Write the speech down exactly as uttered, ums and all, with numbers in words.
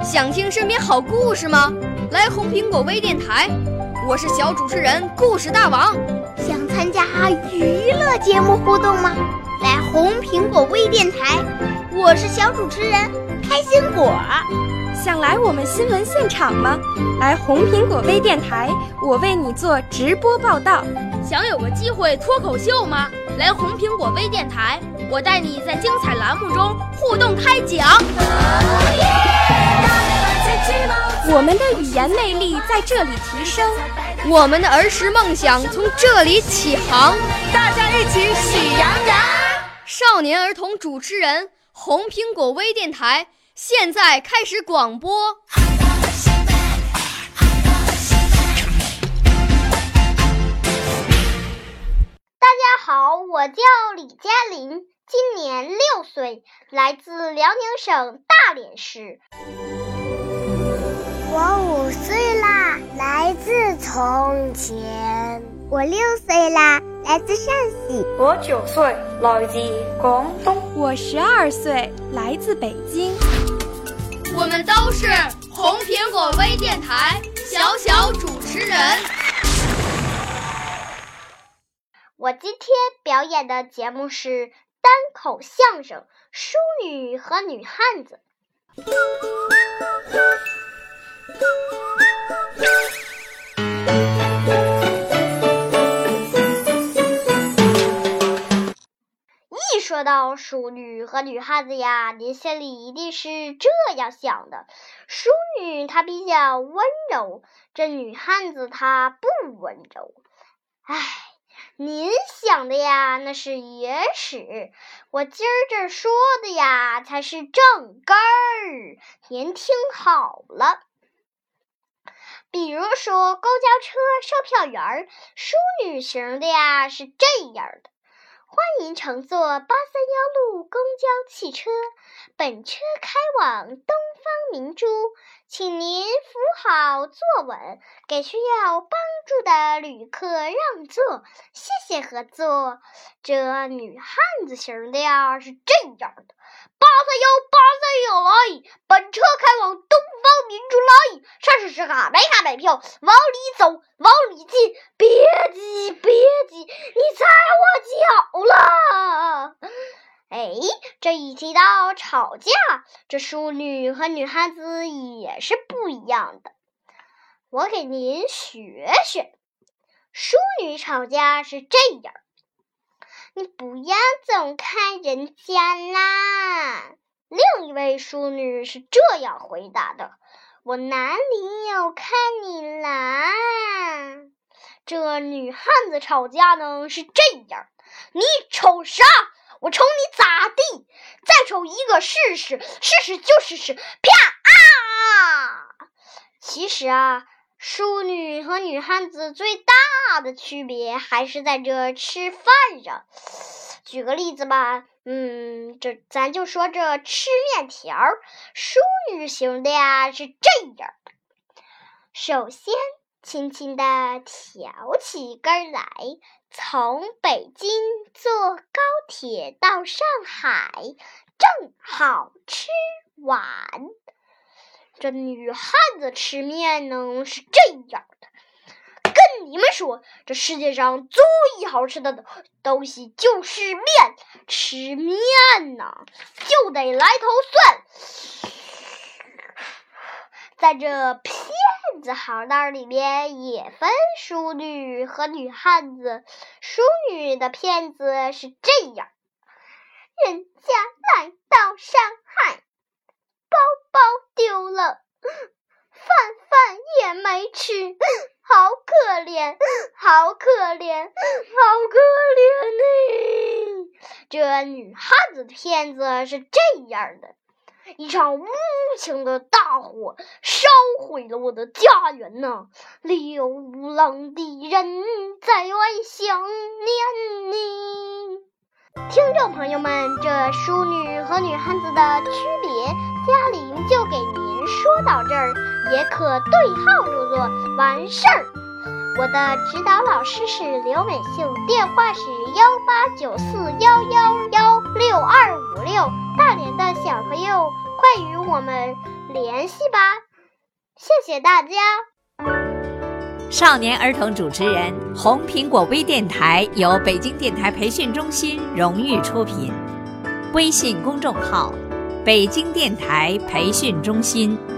想听身边好故事吗？来红苹果微电台，我是小主持人故事大王。 想参加娱乐节目互动吗？来红苹果微电台，我是小主持人开心果。 想来我们新闻现场吗？来红苹果微电台，我为你做直播报道。 想有个机会脱口秀吗？来红苹果微电台，我带你在精彩栏目中互动开讲。 我们的语言魅力在这里提升， 我们的儿时梦想从这里起航。 大家一起喜羊羊。 少年儿童主持人，红苹果微电台现在开始广播。 大家好，我叫李嘉玲，今年六岁，来自辽宁省大连市。 我五岁啦，来自从前。我六岁啦，来自陕西。 我九岁，来自广东。 我十二岁，来自北京。 我们都是红苹果微电台小小主持人。 我今天表演的节目是单口相声《淑女和女汉子》。一说到淑女和女汉子呀，您心里一定是这样想的：淑女她比较温柔，这女汉子她不温柔。唉，您想的呀，那是野史，我今儿这说的呀，才是正根儿。您听好了，比如说公交车售票员，淑女型的呀是这样的：欢迎乘坐八三幺路公交汽车，本车开往东方明珠，请您扶好坐稳，给需要帮助的旅客让座，谢谢合作。这女汉子型的呀是这样的：八三幺八三幺来，本车开往东方明珠来，上车时卡买卡买票，往里走往里进，别急别急，你踩我脚了。哎，这一提到吵架，这淑女和女汉子也是不一样的。我给您学学，淑女吵架是这样：你不要总看人家啦。另一位淑女是这样回答的：我哪里有看你啦？这女汉子吵架呢是这样：你瞅啥？我瞅你咋地？再瞅一个试试，试试就试试，啪啊！其实啊，淑女和女汉子最大的区别还是在这吃饭上。举个例子吧，嗯，这咱就说这吃面条，淑女型的呀是这样的：首先轻轻地挑起根来，从北京坐高铁到上海，正好吃完。这女汉子吃面呢是这样的：跟你们说，这世界上最好吃的东西就是面，吃面呢就得来头蒜。在这骗子行当里面也分淑女和女汉子。淑女的骗子是这样：人家来到上海，包包丢了，饭饭也没吃，好可怜好可怜好可怜呢。这女汉子的骗子是这样的：一场无情的大火烧毁了我的家园呐、啊，流浪的人在外想念你。听众朋友们，这淑女和女汉子的区别，嘉玲就给您说到这儿，也可对号入座，完事儿。我的指导老师是刘美秀，电话是幺八九四幺幺幺六二五六。大连的小朋友，快与我们联系吧。谢谢大家。 少年儿童主持人，红苹果微电台由北京电台培训中心荣誉出品，微信公众号：北京电台培训中心。